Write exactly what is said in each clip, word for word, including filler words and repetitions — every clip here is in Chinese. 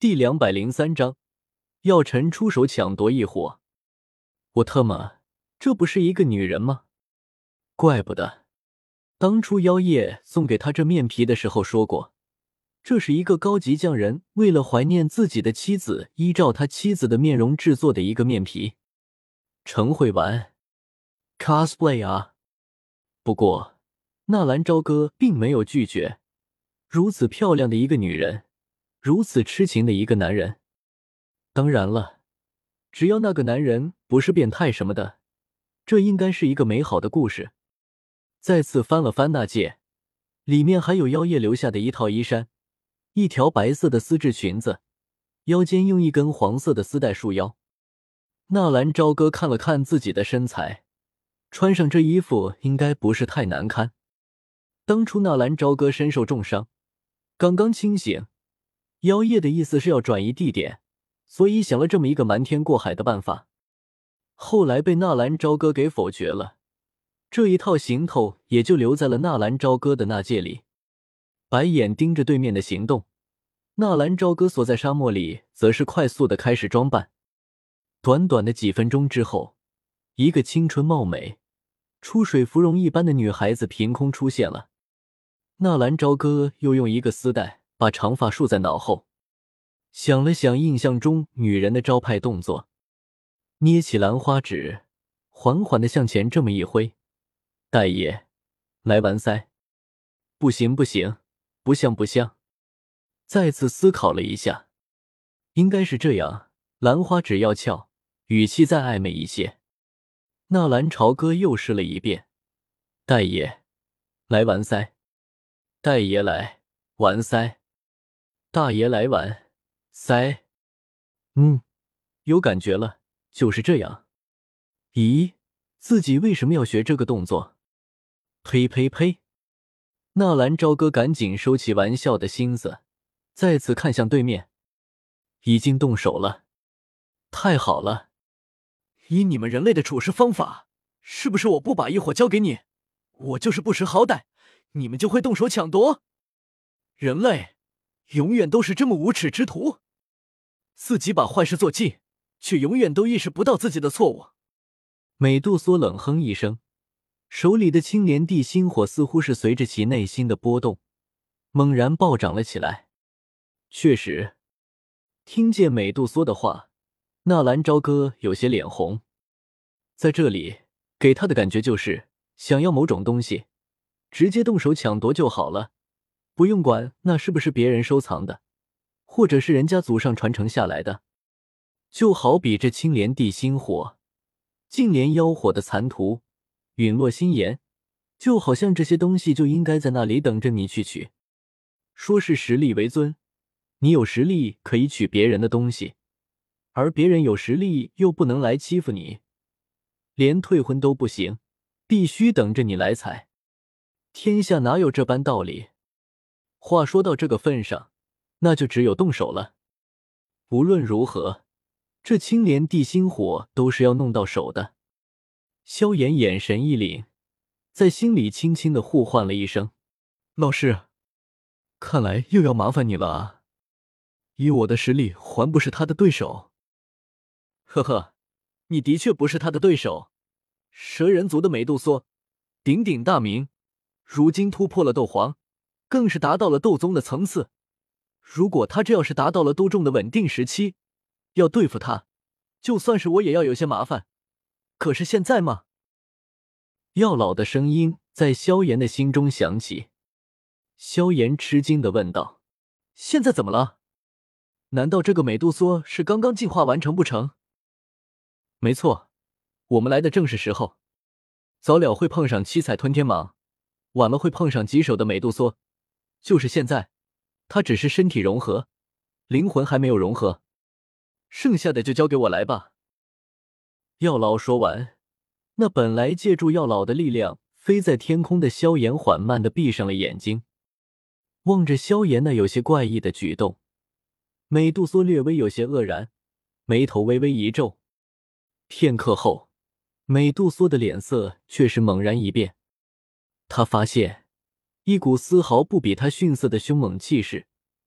第两百零三章，药尘出手抢夺异火。我特么，这不是一个女人吗？怪不得当初妖夜送给他这面皮的时候说过，这是一个高级匠人为了怀念自己的妻子，依照他妻子的面容制作的一个面皮。陈慧玩 cosplay 啊。不过纳兰朝歌并没有拒绝，如此漂亮的一个女人，如此痴情的一个男人。当然了，只要那个男人不是变态什么的，这应该是一个美好的故事。再次翻了翻那戒，里面还有妖夜留下的一套衣衫，一条白色的丝质裙子，腰间用一根黄色的丝带束腰。纳兰朝歌看了看自己的身材，穿上这衣服应该不是太难看。当初纳兰朝歌身受重伤，刚刚清醒，妖夜的意思是要转移地点，所以想了这么一个瞒天过海的办法。后来被纳兰朝歌给否决了，这一套行头也就留在了纳兰朝歌的那戒里。白眼盯着对面的行动，纳兰朝歌所在沙漠里则是快速的开始装扮。短短的几分钟之后，一个青春貌美、出水芙蓉一般的女孩子凭空出现了。纳兰朝歌又用一个丝带把长发束在脑后，想了想印象中女人的招牌动作，捏起兰花指，缓缓地向前这么一挥，大爷，来完塞。不行不行，不像不像。再次思考了一下，应该是这样，兰花指要翘，语气再暧昧一些。纳兰朝歌又试了一遍，大爷，来完塞。大爷来完塞。大爷来完塞。嗯，有感觉了，就是这样。咦，自己为什么要学这个动作？呸呸呸！纳兰朝歌赶紧收起玩笑的心思，再次看向对面。已经动手了。太好了。以你们人类的处事方法，是不是我不把异火交给你，我就是不识好歹，你们就会动手抢夺？人类永远都是这么无耻之徒，自己把坏事做尽，却永远都意识不到自己的错误。美杜莎冷哼一声，手里的青莲地心火似乎是随着其内心的波动，猛然暴涨了起来。确实，听见美杜莎的话，纳兰朝歌有些脸红。在这里，给他的感觉就是想要某种东西，直接动手抢夺就好了，不用管那是不是别人收藏的，或者是人家祖上传承下来的。就好比这青莲地心火、净莲妖火的残图、陨落心炎，就好像这些东西就应该在那里等着你去取。说是实力为尊，你有实力可以取别人的东西，而别人有实力又不能来欺负你，连退婚都不行，必须等着你来采。天下哪有这般道理？话说到这个份上，那就只有动手了。无论如何，这青莲地心火都是要弄到手的。萧炎眼神一凛，在心里轻轻地呼唤了一声：老师，看来又要麻烦你了啊，以我的实力还不是他的对手。呵呵，你的确不是他的对手。蛇人族的美杜莎鼎鼎大名，如今突破了斗皇，更是达到了斗宗的层次。如果他这要是达到了斗众的稳定时期，要对付他，就算是我也要有些麻烦。可是现在嘛……药老的声音在萧炎的心中响起。萧炎吃惊地问道：现在怎么了？难道这个美杜莎是刚刚进化完成不成？没错，我们来的正是时候。早了会碰上七彩吞天蟒，晚了会碰上棘手的美杜莎。就是现在，他只是身体融合，灵魂还没有融合。剩下的就交给我来吧。药老说完，那本来借助药老的力量飞在天空的萧炎缓慢地闭上了眼睛，望着萧炎那有些怪异的举动，美杜莎略微有些愕然，眉头微微一皱。片刻后，美杜莎的脸色却是猛然一变，她发现一股丝毫不比她逊色的凶猛气势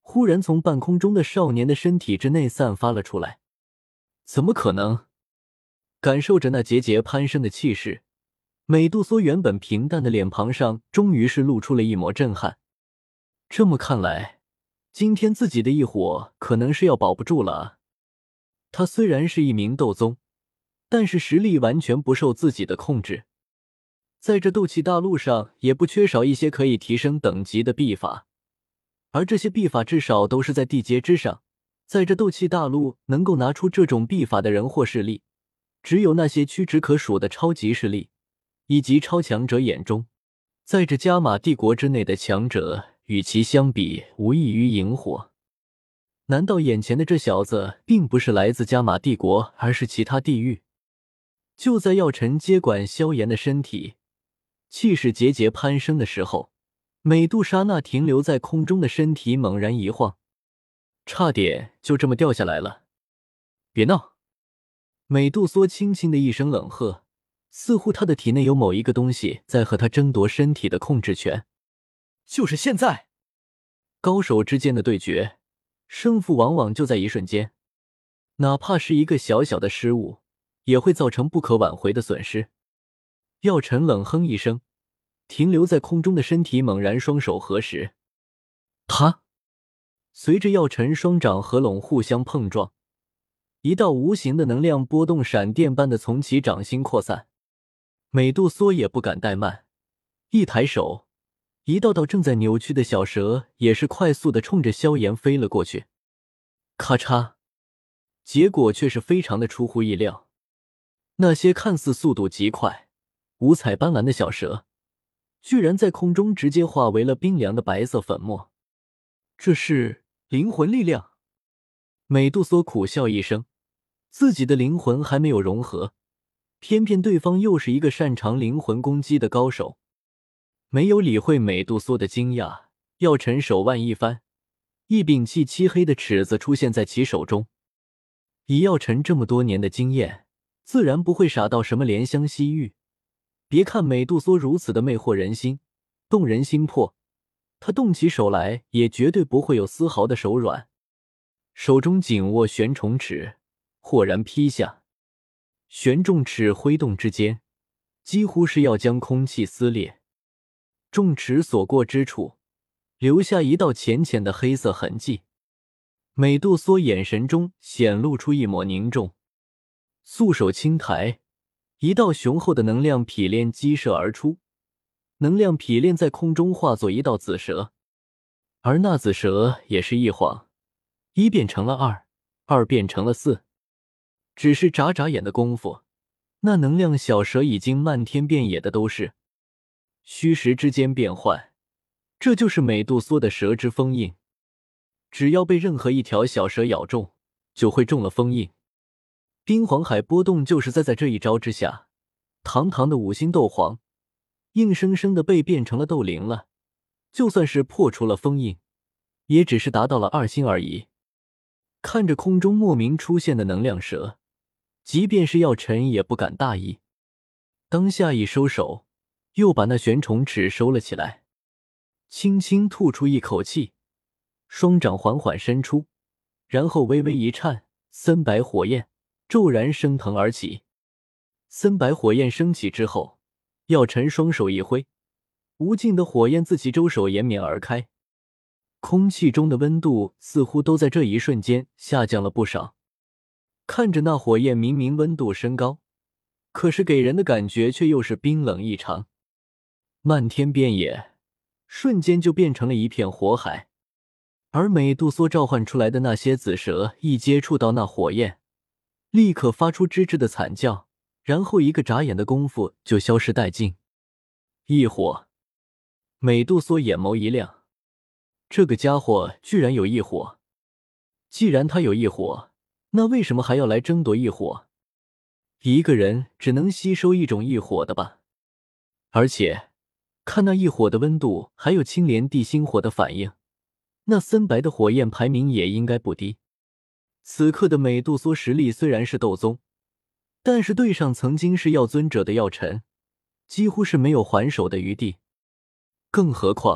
忽然从半空中的少年的身体之内散发了出来。怎么可能？感受着那节节攀升的气势，美杜莎原本平淡的脸庞上终于是露出了一抹震撼。这么看来，今天自己的异火可能是要保不住了啊。他虽然是一名斗宗，但是实力完全不受自己的控制。在这斗气大陆上也不缺少一些可以提升等级的秘法，而这些秘法至少都是在地阶之上。在这斗气大陆能够拿出这种秘法的人或势力，只有那些屈指可数的超级势力以及超强者眼中，在这加玛帝国之内的强者与其相比无异于萤火。难道眼前的这小子并不是来自加玛帝国，而是其他地域？就在药尘接管萧炎的身体，气势节节攀升的时候，美杜莎那停留在空中的身体猛然一晃，差点就这么掉下来了。别闹！美杜莎轻轻的一声冷喝，似乎他的体内有某一个东西在和他争夺身体的控制权。就是现在！高手之间的对决，胜负往往就在一瞬间，哪怕是一个小小的失误，也会造成不可挽回的损失。药尘冷哼一声，停留在空中的身体猛然双手合十。他随着药尘双掌合拢互相碰撞，一道无形的能量波动闪电般的从其掌心扩散。美杜莎也不敢怠慢，一抬手，一道道正在扭曲的小蛇也是快速的冲着萧炎飞了过去。咔嚓，结果却是非常的出乎意料。那些看似速度极快、五彩斑斓的小蛇，居然在空中直接化为了冰凉的白色粉末。这是灵魂力量。美杜莎苦笑一声，自己的灵魂还没有融合，偏偏对方又是一个擅长灵魂攻击的高手。没有理会美杜莎的惊讶，药尘手腕一翻，一柄漆漆黑的尺子出现在其手中。以药尘这么多年的经验，自然不会傻到什么怜香惜玉。别看美杜莎如此的魅惑人心，动人心魄，他动起手来也绝对不会有丝毫的手软。手中紧握玄虫尺，豁然劈下，玄重尺挥动之间，几乎是要将空气撕裂。重尺所过之处，留下一道浅浅的黑色痕迹。美杜莎眼神中显露出一抹凝重，素手轻抬，一道雄厚的能量劈链激射而出，能量劈链在空中化作一道紫蛇，而那紫蛇也是一晃，一变成了二，二变成了四。只是眨眨眼的功夫，那能量小蛇已经漫天遍野的都是。虚实之间变换，这就是美杜莎的蛇之封印。只要被任何一条小蛇咬中，就会中了封印。冰黄海波动就是栽在这一招之下，堂堂的五星斗皇，硬生生的被变成了斗灵了。就算是破除了封印，也只是达到了二星而已。看着空中莫名出现的能量蛇，即便是药尘也不敢大意，当下一收手，又把那玄虫尺收了起来，轻轻吐出一口气，双掌缓缓伸出，然后微微一颤，森白火焰骤然升腾而起。森白火焰升起之后，药尘双手一挥，无尽的火焰自其周手延绵而开，空气中的温度似乎都在这一瞬间下降了不少。看着那火焰明明温度升高，可是给人的感觉却又是冰冷异常。漫天遍野，瞬间就变成了一片火海。而美杜莎召唤出来的那些紫蛇一接触到那火焰，立刻发出吱吱的惨叫，然后一个眨眼的功夫就消失殆尽。异火！美杜莎眼眸一亮，这个家伙居然有异火。既然他有异火，那为什么还要来争夺异火？一个人只能吸收一种异火的吧？而且看那异火的温度，还有青莲地心火的反应，那森白的火焰排名也应该不低。此刻的美杜莎实力虽然是斗宗，但是对上曾经是药尊者的药尘，几乎是没有还手的余地。更何况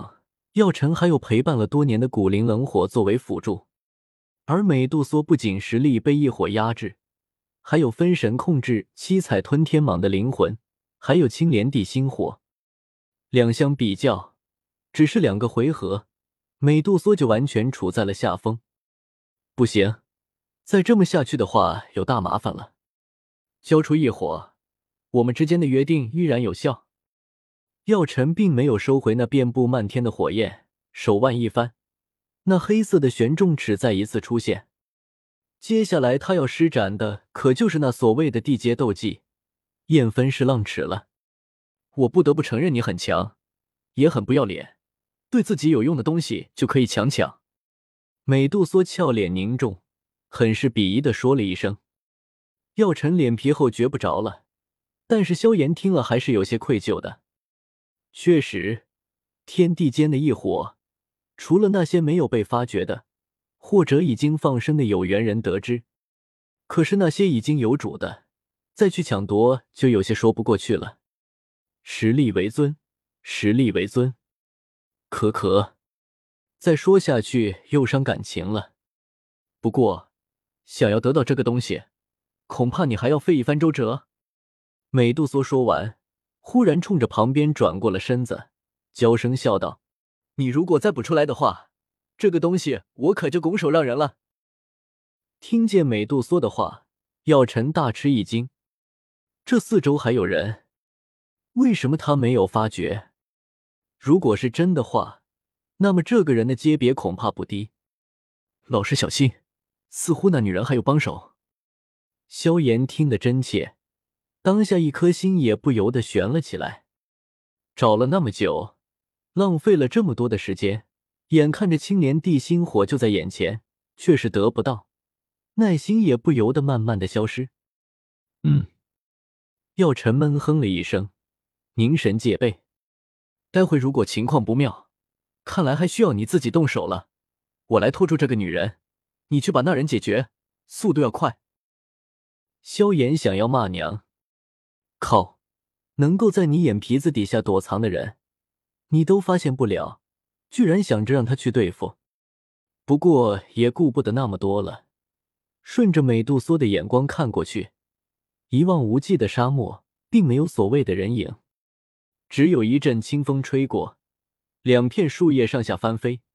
药尘还有陪伴了多年的古灵冷火作为辅助，而美杜莎不仅实力被异火压制，还有分神控制七彩吞天蟒的灵魂，还有青莲地心火。两相比较，只是两个回合，美杜莎就完全处在了下风。不行，再这么下去的话有大麻烦了。交出异火，我们之间的约定依然有效。药尘并没有收回那遍布漫天的火焰，手腕一翻，那黑色的玄重尺再一次出现。接下来他要施展的可就是那所谓的地阶斗技焰分式浪尺了。我不得不承认你很强，也很不要脸，对自己有用的东西就可以强抢。美杜莎俏脸凝重，很是鄙夷地说了一声。药尘脸皮厚觉不着了，但是萧炎听了还是有些愧疚的。确实，天地间的异火，除了那些没有被发觉的，或者已经放生的有缘人得知，可是那些已经有主的，再去抢夺就有些说不过去了。实力为尊，实力为尊。可可，再说下去又伤感情了。不过，想要得到这个东西，恐怕你还要费一番周折。美杜莎说完，忽然冲着旁边转过了身子，娇声笑道：“你如果再不出来的话，这个东西我可就拱手让人了。”听见美杜莎的话，药尘大吃一惊。这四周还有人，为什么他没有发觉？如果是真的话，那么这个人的阶别恐怕不低。老师小心，似乎那女人还有帮手。萧炎听得真切，当下一颗心也不由得悬了起来。找了那么久，浪费了这么多的时间，眼看着青莲地心火就在眼前，却是得不到，耐心也不由得慢慢的消失。嗯，药尘闷哼了一声，凝神戒备。待会如果情况不妙，看来还需要你自己动手了。我来拖住这个女人，你去把那人解决，速度要快。萧炎想要骂娘，靠，能够在你眼皮子底下躲藏的人，你都发现不了，居然想着让他去对付。不过也顾不得那么多了，顺着美杜莎的眼光看过去，一望无际的沙漠，并没有所谓的人影，只有一阵清风吹过，两片树叶上下翻飞，